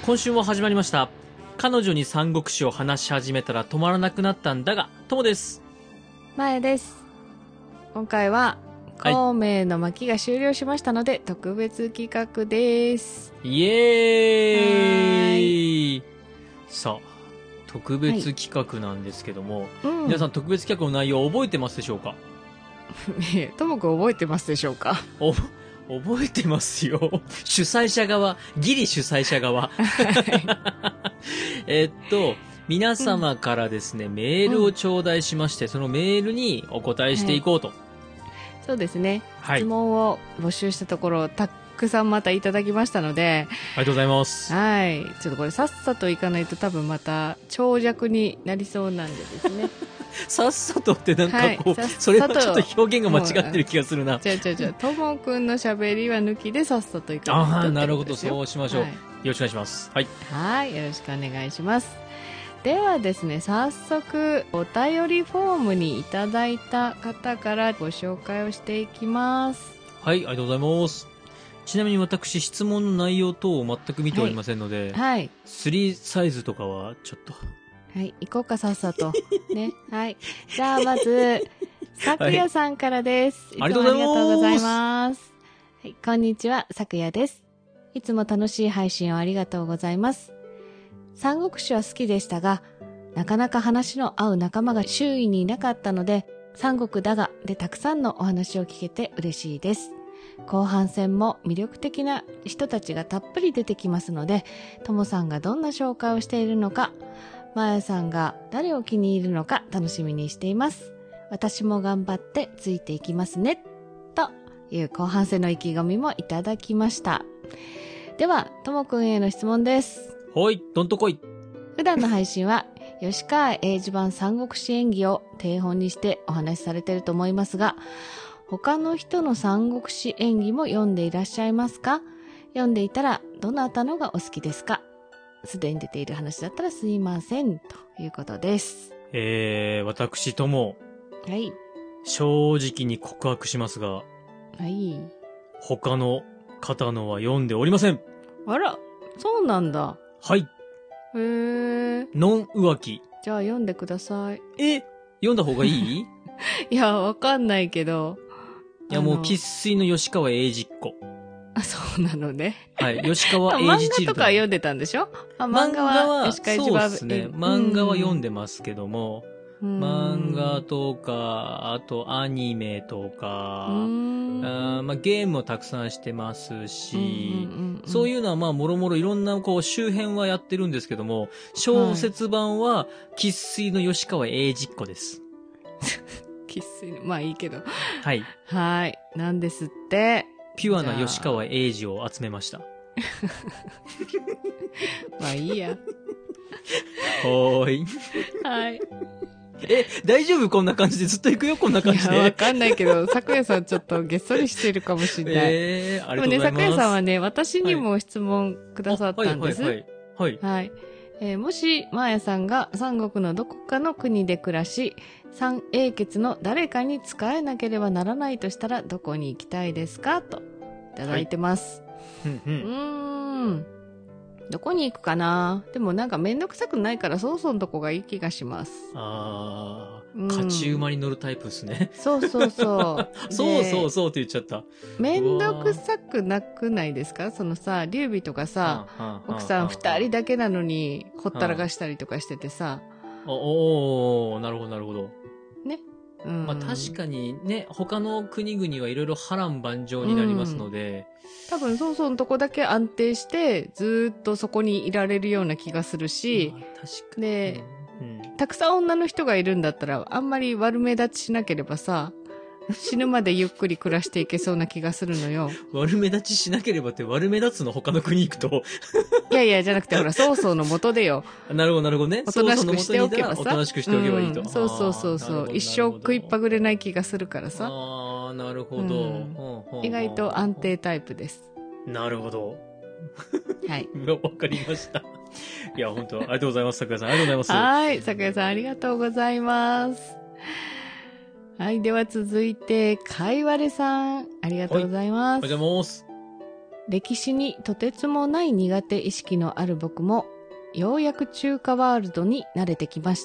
今週も始まりました。彼女に三国志を話し始めたら止まらなくなったんだが、ともです。 前です。今回は孔明の巻が終了しましたので、特別企画です。 イエーイ。さあ、特別企画なんですけども、皆さん特別企画の内容覚えてますでしょうか？ ともくん覚えてますでしょうか？ 覚えてますよ。主催者側、ギリ主催者側。皆様からですね、メールを頂戴しまして、そのメールにお答えしていこうと。 そうですね。質問を募集したところ、たくさんまたいただきましたので。 ありがとうございます。 はい。ちょっとこれさっさといかないと多分また長尺になりそうなんでですね。 さっさとってなんかこう、それはちょっと表現が間違ってる気がするな。 違う。ともくんの喋りは抜きでさっさといかないと。 ああ、なるほど。そうしましょう。よろしくお願いします。はい。 はい。よろしくお願いします。ではですね、早速お便りフォームにいただいた方からご紹介をしていきます。 はい、ありがとうございます。ちなみに私、質問の内容等を全く見ておりませんので、はい。3サイズとかはちょっと。 はい、行こうか、さっさと。ね。はい。じゃあ、まず、さくやさんからです。 はい、いつもありがとうございます。はい、こんにちは、さくやです。いつも楽しい配信をありがとうございます。三国志は好きでしたが、なかなか話の合う仲間が周囲にいなかったので、三国だがでたくさんのお話を聞けて嬉しいです。後半戦も魅力的な人たちがたっぷり出てきますので、ともさんがどんな紹介をしているのか、まやさんが誰を気に入るのか楽しみにしています。私も頑張ってついていきますね。という後半戦の意気込みもいただきました。では、ともくんへの質問です。 はい、どんとこい。 普段の配信は、吉川英治版三国志演義を定本にしてお話しされていると思いますが、他の人の三国志演義も読んでいらっしゃいますか？読んでいたら、どなたのがお好きですか？すでに出ている話だったらすいません、ということです。 私とも、 はい。 正直に告白しますが、 はい。 他の方のは読んでおりません。 あら、そうなんだ。 はい。 へー。 ノン浮気。 じゃあ読んでください。 読んだ方がいい？ いや、わかんないけど。 いや、もう、生粋の吉川英治っ子。 あ、そうなのね。 はい。吉川英治チルド。 漫画とか読んでたんでしょ？ 漫画は、そうですね。漫画は読んでますけども、漫画とか、あとアニメとか、ゲームもたくさんしてますし、そういうのはもろもろいろんな周辺はやってるんですけども、小説版は生粋の吉川英治っ子です。 生粋の、まあいいけど。 はい。 はい。なんですって。 ピュアな吉川英治を集めました。 まあいいや。 ほーい。 はい。 大丈夫？こんな感じでずっと行くよ、こんな感じで。 いや、わかんないけど、咲夜さんちょっとげっそりしてるかもしれない。 ありがとうございます。でもね、 咲夜さんはね、私にも質問くださったんです。 はい。 もし、まーやさんが三国のどこかの国で暮らし、三英傑の誰かに仕えなければならないとしたら、どこに行きたいですか？と、いただいてます。どこに行くかな？でもなんかめんどくさくないから、曹操のとこがいい気がします。 勝ち馬に乗るタイプですね。 そう。 そうって言っちゃった。 めんどくさくなくないですか？そのさ、劉備とかさ、奥さん二人だけなのにほったらかしたりとかしててさ。 なるほど。 ね。 確かにね、他の国々はいろいろ波乱万丈になりますので。 多分曹操のとこだけ安定して、ずーっとそこにいられるような気がするし、 確かに。 で、たくさん女の人がいるんだったら、あんまり悪目立ちしなければさ、死ぬまでゆっくり暮らしていけそうな気がするのよ。 悪目立ちしなければって悪目立つの他の国行くと。 いや、じゃなくてほら、曹操の元でよ。 なるほどね。 おとなしくしておけばさ。 おとなしくしておけばいいと。 そう。一生食いっぱぐれない気がするからさ。 なるほど。 意外と安定タイプです。 なるほど。 はい。 わかりました。いや、本当ありがとうございます、桜井さん。ありがとうございます。 はい、桜井さんありがとうございます。はい、では続いて、かいわれさん、ありがとうございます。 おはようございます。 歴史にとてつもない苦手意識のある僕も、ようやく中華ワールドに慣れてきました。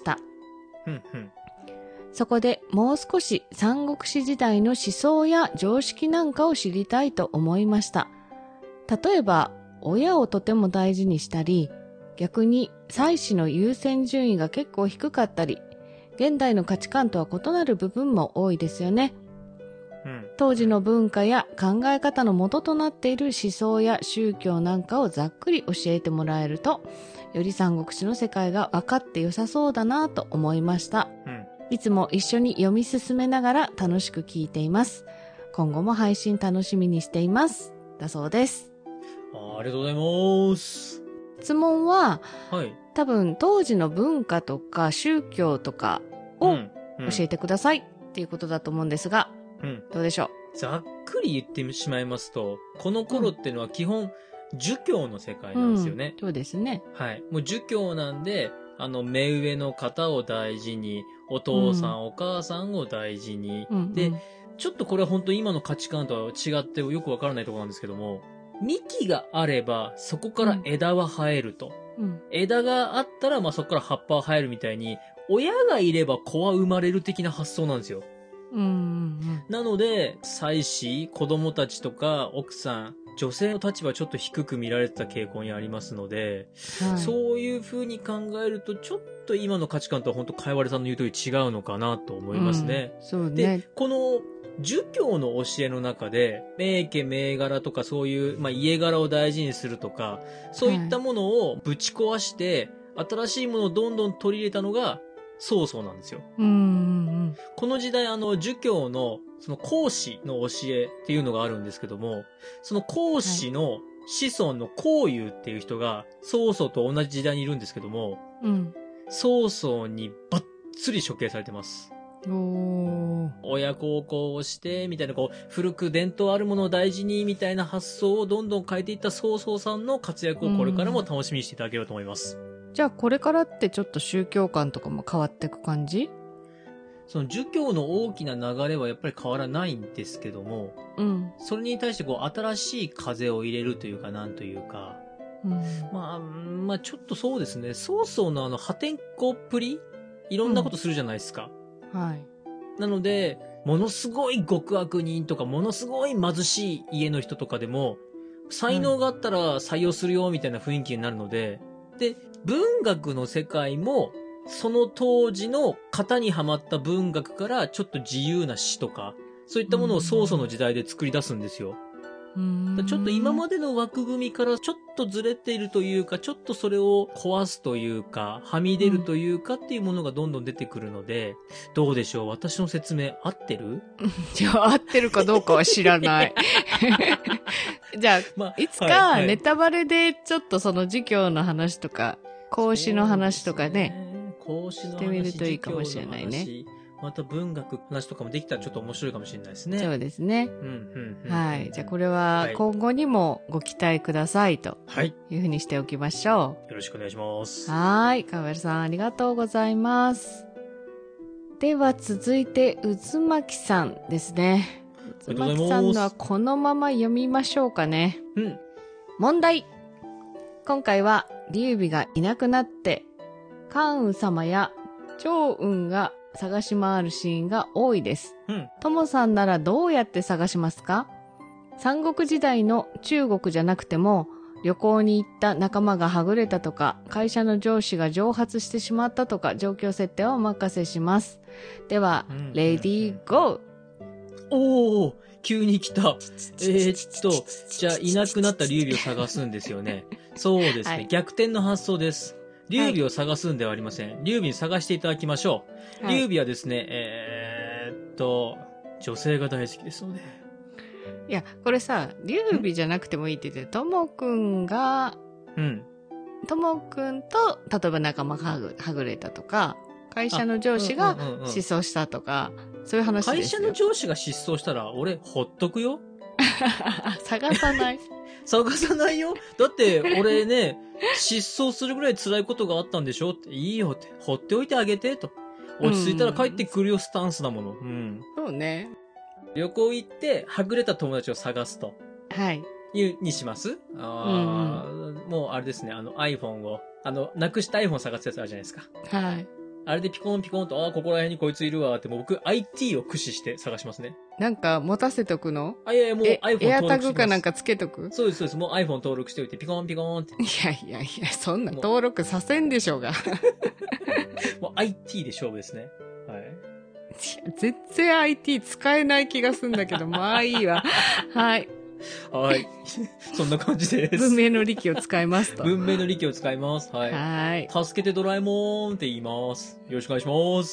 そこでもう少し三国志時代の思想や常識なんかを知りたいと思いました。例えば、親をとても大事にしたり、逆に妻子の優先順位が結構低かったり、現代の価値観とは異なる部分も多いですよね。当時の文化や考え方の元となっている思想や宗教なんかをざっくり教えてもらえると、より三国志の世界が分かって良さそうだなと思いました。いつも一緒に読み進めながら楽しく聞いています。今後も配信楽しみにしています。だそうです。 ありがとうございます。 質問は、多分当時の文化とか宗教とかを教えてくださいっていうことだと思うんですが、どうでしょう。ざっくり言ってしまいますと、この頃っていうのは基本、儒教の世界なんですよね。 そうですね。 はい。もう儒教なんで、目上の方を大事に、お父さん、お母さんを大事に。で、ちょっとこれは本当に今の価値観とは違ってよくわからないところなんですけども、幹があれば、そこから枝は生えると。枝があったら、そこから葉っぱは生えるみたいに、親がいれば子は生まれる的な発想なんですよ。なので、妻子、子供たちとか奥さん、女性の立場はちょっと低く見られてた傾向にありますので、そういう風に考えると、ちょっと今の価値観とは本当、かいわれさんの言う通り違うのかなと思いますね。 そうね。 で、この、儒教の教えの中で、名家名柄とかそういう、家柄を大事にするとか、そういったものをぶち壊して、新しいものをどんどん取り入れたのが、曹操なんですよ。この時代、儒教の、その孔子の教えっていうのがあるんですけども、その孔子の子孫の孔融っていう人が、曹操と同じ時代にいるんですけども、曹操にバッツリ処刑されてます。親孝行をして、みたいな、古く伝統あるものを大事に、みたいな発想をどんどん変えていった曹操さんの活躍をこれからも楽しみにしていただければと思います。 じゃあこれからってちょっと宗教観とかも変わっていく感じ？ その儒教の大きな流れはやっぱり変わらないんですけども、それに対して新しい風を入れるというか、なんというか、ちょっとそうですね、曹操の破天荒っぷり、いろんなことするじゃないですか。なので、ものすごい極悪人とか、ものすごい貧しい家の人とかでも、才能があったら採用するよみたいな雰囲気になるので、で、文学の世界も、その当時の型にはまった文学からちょっと自由な詩とか、そういったものを曹操の時代で作り出すんですよ。ちょっと今までの枠組みからちょっとずれているというか、ちょっとそれを壊すというか、はみ出るというかっていうものがどんどん出てくるので、どうでしょう？私の説明合ってる？ じゃあ合ってるかどうかは知らない。じゃあ、いつかネタバレでちょっとその儒教の話とか、孔子の話とかね、してみるといいかもしれないね。 また文学の話とかもできたらちょっと面白いかもしれないですね。 そうですね。はい。じゃあこれは今後にもご期待くださいというふうにしておきましょう。よろしくお願いします。 はい。川原さんありがとうございます。では続いて渦巻さんですね。渦巻さんのはこのまま読みましょうかね。問題。今回は劉備がいなくなって関羽様や趙雲が探し回るシーンが多いです。ともさんならどうやって探しますか？三国時代の中国じゃなくても、旅行に行った仲間がはぐれたとか、会社の上司が蒸発してしまったとか、状況設定はお任せします。では、レディーゴー。 おー、急に来た。じゃあいなくなった劉備を探すんですよね。そうですね、逆転の発想です。劉備を探すんではありません。劉備に探していただきましょう。劉備はですね、女性が大好きですので。 いや、これさ、劉備じゃなくてもいいって言って、ともくんが、ともくんと、例えば仲間がはぐれたとか、会社の上司が失踪したとか、そういう話ですよ。 会社の上司が失踪したら、俺、ほっとくよ。 探さない。 探さないよ。だって、俺ね、失踪するぐらい辛いことがあったんでしょって、いいよって、放っておいてあげて、と。落ち着いたら帰ってくるよ、スタンスだもの。 そうね。 旅行行って、はぐれた友達を探すと。 はい。 にしますもうあれですね、iPhone を、なくした iPhone 探すやつあるじゃないですか。 はい。 あれでピコンピコンと、ここら辺にこいついるわって、もう僕 IT を駆使して探しますね。 なんか持たせとくの？ いやいや、もう iPhone 登録してます。エアタグかなんかつけとく？ そうです、そうです。もう iPhone 登録しておいて、ピコンピコンって。 いや、そんな登録させんでしょうが。 もう IT で勝負ですね。はい。 全然 IT 使えない気がするんだけど、まあいいわ。はい。 はい。そんな感じです。 文明の利器を使いますと。 文明の利器を使います。はい。 はい。 助けてドラえもんって言います。よろしくお願いします。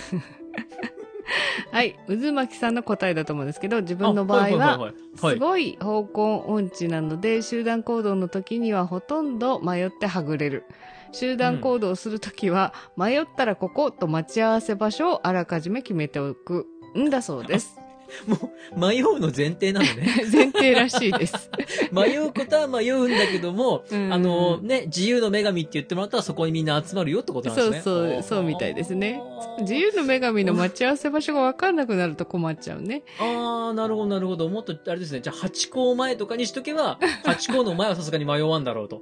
はい。渦巻さんの答えだと思うんですけど、自分の場合は、すごい方向音痴なので、集団行動の時にはほとんど迷ってはぐれる。集団行動をするときは、迷ったらここと待ち合わせ場所をあらかじめ決めておくんだそうです。 もう、迷うの前提なのね。 前提らしいです。 迷うことは迷うんだけども、自由の女神って言ってもらったらそこにみんな集まるよってことなんですね。そうみたいですね。自由の女神の待ち合わせ場所が分かんなくなると困っちゃうね。 なるほど、なるほど。もっと、あれですね。じゃあ、8校前とかにしとけば、8校の前はさすがに迷わんだろうと。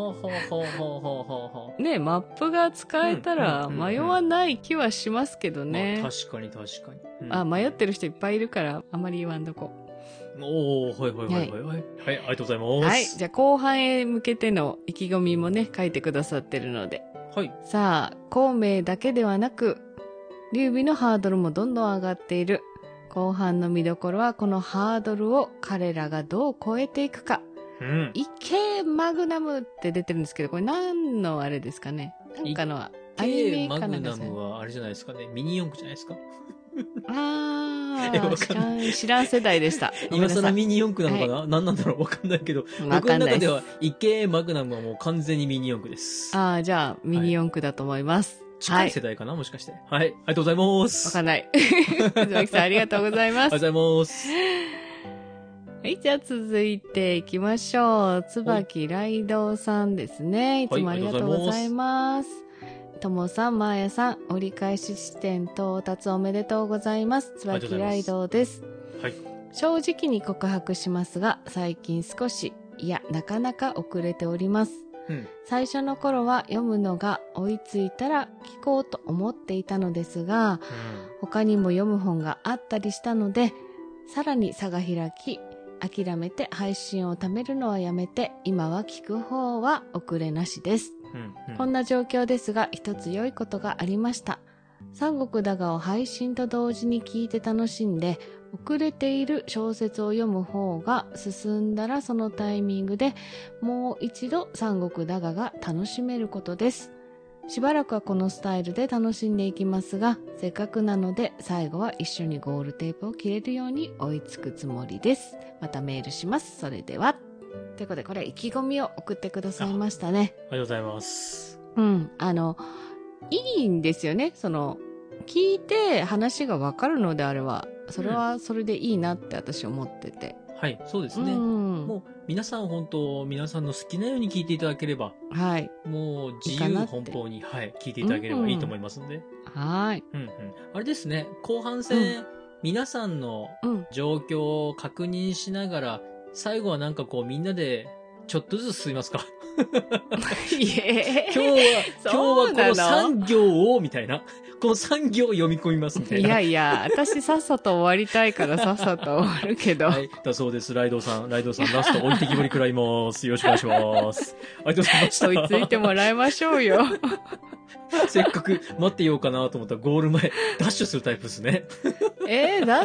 ね、マップが使えたら迷わない気はしますけどね。 確かに。 迷ってる人いっぱいいるからあまり言わんとこ。 はい、ありがとうございます。 はい、じゃあ後半へ向けての意気込みもね書いてくださってるので。 はい。 さあ、孔明だけではなく劉備のハードルもどんどん上がっている。後半の見どころはこのハードルを彼らがどう超えていくか。イケマグナムって出てるんですけど、これ何のあれですかね。なんかのアニメかなんか。 マグナムはあれじゃないですかね。ミニ四駆じゃないですか。 知らん世代でした。 今更ミニ四駆なのかな、はい、何なんだろうわかんないけど。僕の中ではイケマグナムはもう完全にミニ四駆です。 じゃあミニ四駆だと思います。 近い世代かな、もしかして。はい。ありがとうございます。 わかんない。鈴木さんありがとうございます。 ありがとうございます。 はい、じゃあ続いていきましょう。椿雷道さんですね。いつもありがとうございます。ともさん、まーやさん、折り返し地点到達おめでとうございます。椿雷道です。 はい。 正直に告白しますが、最近少し、いや、なかなか遅れております。最初の頃は読むのが追いついたら聞こうと思っていたのですが、他にも読む本があったりしたので、さらに差が開き、諦めて配信を貯めるのはやめて、今は聞く方は遅れなしです。こんな状況ですが、一つ良いことがありました。三国だがを配信と同時に聞いて楽しんで、遅れている小説を読む方が進んだらそのタイミングでもう一度三国だがが楽しめることです。しばらくはこのスタイルで楽しんでいきますが、せっかくなので最後は一緒にゴールテープを切れるように追いつくつもりです。またメールします。それでは。ということで、これ意気込みを送ってくださいましたね。 ありがとうございます。 いいんですよね。聞いて話がわかるのであれば、それはそれでいいなって私思ってて。 はい、そうですね。もう皆さん本当、皆さんの好きなように聞いていただければ、 はい。 もう自由奔放に、はい、聞いていただければいいと思いますので。 はい。 あれですね、後半戦、皆さんの状況を確認しながら、最後はなんかこうみんなでちょっとずつ進みますか。今日はこの3行を、みたいな。この3行を読み込みますみたいな。 いや、私さっさと終わりたいからさっさと終わるけど。 はい、だそうです。ライドさん、ラスト置いてきぼり食らいます。よろしくお願いします。ありがとうございました。 追いついてもらいましょうよ。 せっかく待ってようかなと思ったらゴール前、ダッシュするタイプですね。 だって、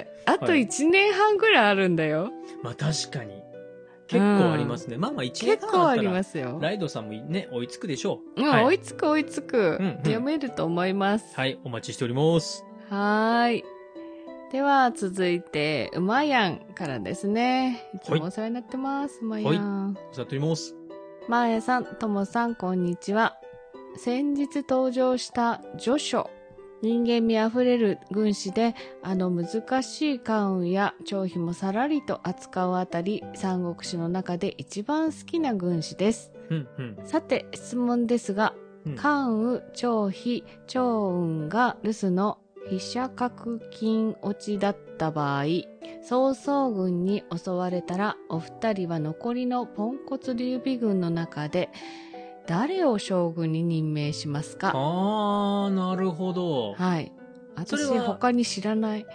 あと1年半ぐらいあるんだよ。 まあ確かに。結構ありますね。まあ1年半あったら、ライドさんもね、追いつくでしょう。 追いつく。読めると思います。 はい、お待ちしております。 はい。では、続いて、うまやんからですね。いつもお世話になってます、うまやん。 お世話になっております。 まーやさん、ともさん、こんにちは。先日登場した序書。人間味あふれる軍師で、難しい関羽や張飛もさらりと扱うあたり、三国志の中で一番好きな軍師です。さて、質問ですが、関羽、張飛、張雲が留守の飛車角金落ちだった場合、曹操軍に襲われたら、お二人は残りのポンコツ劉備軍の中で、誰を将軍に任命しますか？ あー、なるほど。 はい。私、他に知らない。はい、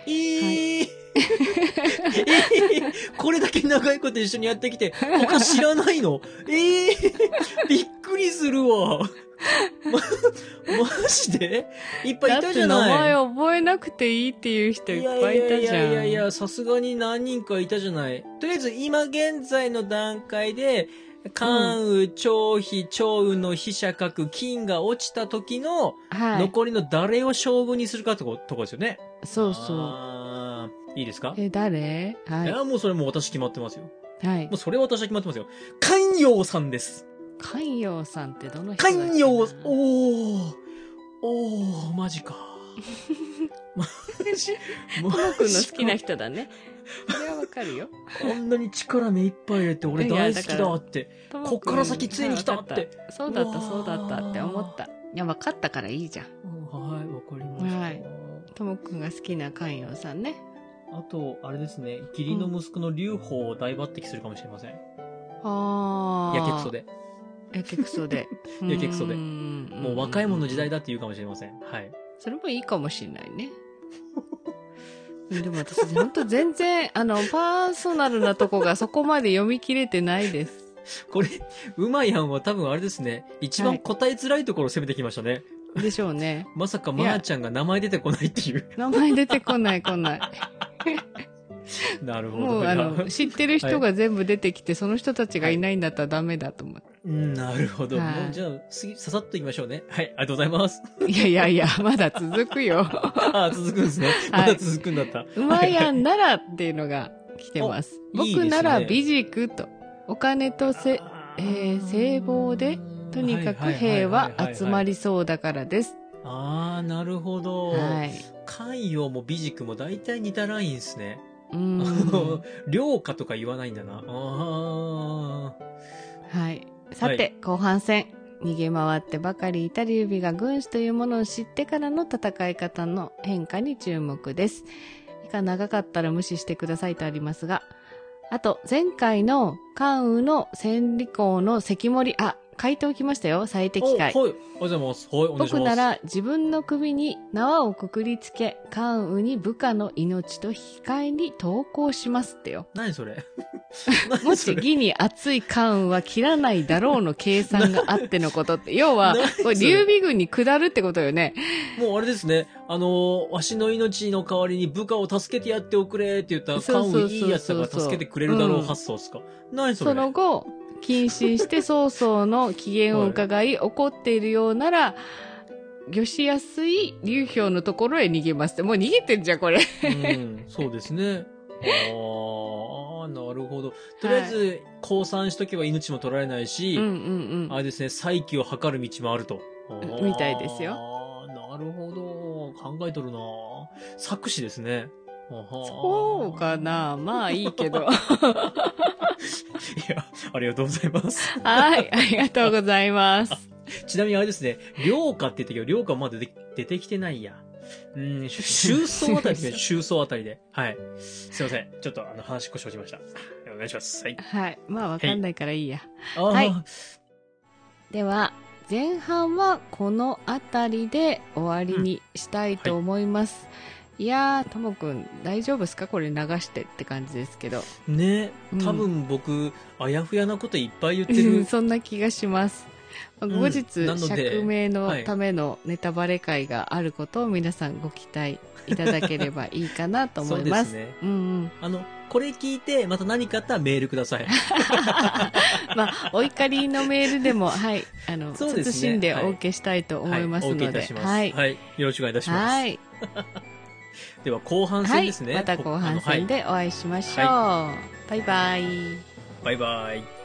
これだけ長いこと一緒にやってきて、他知らないの？びっくりするわ。マジでいっぱいいたじゃない。 だって名前覚えなくていいっていう人いっぱいいたじゃん。 いや、さすがに何人かいたじゃない。とりあえず今現在の段階で、関羽、張飛、張雲の飛車角、金が落ちた時の、残りの誰を将軍にするかってとこですよね。 そうそう。 いいですか？ 誰？はい。 いや、もうそれもう私決まってますよ。 はい。 もうそれは私は決まってますよ。関陽さんです。 関陽さんってどの人だっけな？ 関陽、マジか。マジ。 トモ君の好きな人だね。それはわかるよ。 こんなに力目いっぱい入れて俺大好きだって。こっから先ついに来たって。 そうだったって思った。いや、わかったからいいじゃん。 はい、わかりました。はい。 トモ君が好きな関陽さんね。 あと、あれですね、義理の息子の劉邦を大抜擢するかもしれません。やけくそで。 やけくそで。 やけくそで。もう若い者の時代だって言うかもしれません。はい。 それもいいかもしれないね。でも私、ほんと全然、パーソナルなとこがそこまで読み切れてないです。 これ、うまやんは多分あれですね、一番答えづらいところを攻めてきましたね。 でしょうね。 まさかまーちゃんが名前出てこないっていう。 名前出てこない。 なるほど。 もう知ってる人が全部出てきて、その人たちがいないんだったらダメだと思って。 なるほど。もうじゃあ、次、ささっといきましょうね。はい、ありがとうございます。 いや、まだ続くよ。 続くんですね。まだ続くんだった。 うまやんならっていうのが来てます。僕なら美軸と、お金と聖望で、とにかく兵は集まりそうだからです。 なるほど。 はい。 関陽も美軸も大体似たラインですね。良家とか言わないんだな。はい。 さて、後半戦。逃げ回ってばかりいた劉備が軍師というものを知ってからの戦い方の変化に注目です。以下長かったら無視してくださいとありますが。あと、前回の関羽の千里公の関守、書いておきましたよ、最適解。 はい、ありがとうございます。はい、お願いします。 僕なら自分の首に縄をくくりつけ、関羽に部下の命と引き換えに投降しますってよ。 何それもし義に熱い関羽は切らないだろうの計算があってのことって。要は、これ劉備軍に下るってことよね。 もうあれですね。わしの命の代わりに部下を助けてやっておくれって言ったら、関羽いいやつだから助けてくれるだろう発想ですか。何それ。 その後、謹慎して曹操の機嫌を伺い、怒っているようなら、御しやすい劉氷のところへ逃げますって。もう逃げてんじゃん、これ。 そうですね。なるほど。とりあえず、降参しとけば命も取られないし、あれですね、再起を図る道もあると。 みたいですよ。 なるほど。考えとるな作詞ですね。 そうかな。まあいいけど。いや、ありがとうございます。 はい、ありがとうございます。 ちなみにあれですね、良家って言ったけど、良家まだ出てきてないや。周走あたりですね、周走あたりで。はい。すいません。ちょっと話し越しをしました。お願いします。はい。 はい。まあわかんないからいいや。はい。では、前半はこのあたりで終わりにしたいと思います。いやー、ともくん大丈夫ですか？これ流してって感じですけど。 ね、多分僕、あやふやなこといっぱい言ってる。 そんな気がします。後日、釈明のためのネタバレ会があることを皆さんご期待いただければいいかなと思います。そうですね。 これ聞いて、また何かあったらメールください。 まあ、お怒りのメールでも、はい、慎んでお受けしたいと思いますので。 お受けいたします。はい。よろしくお願いいたします。はい。では、後半戦ですね。 また後半戦でお会いしましょう。バイバイ。 バイバイ。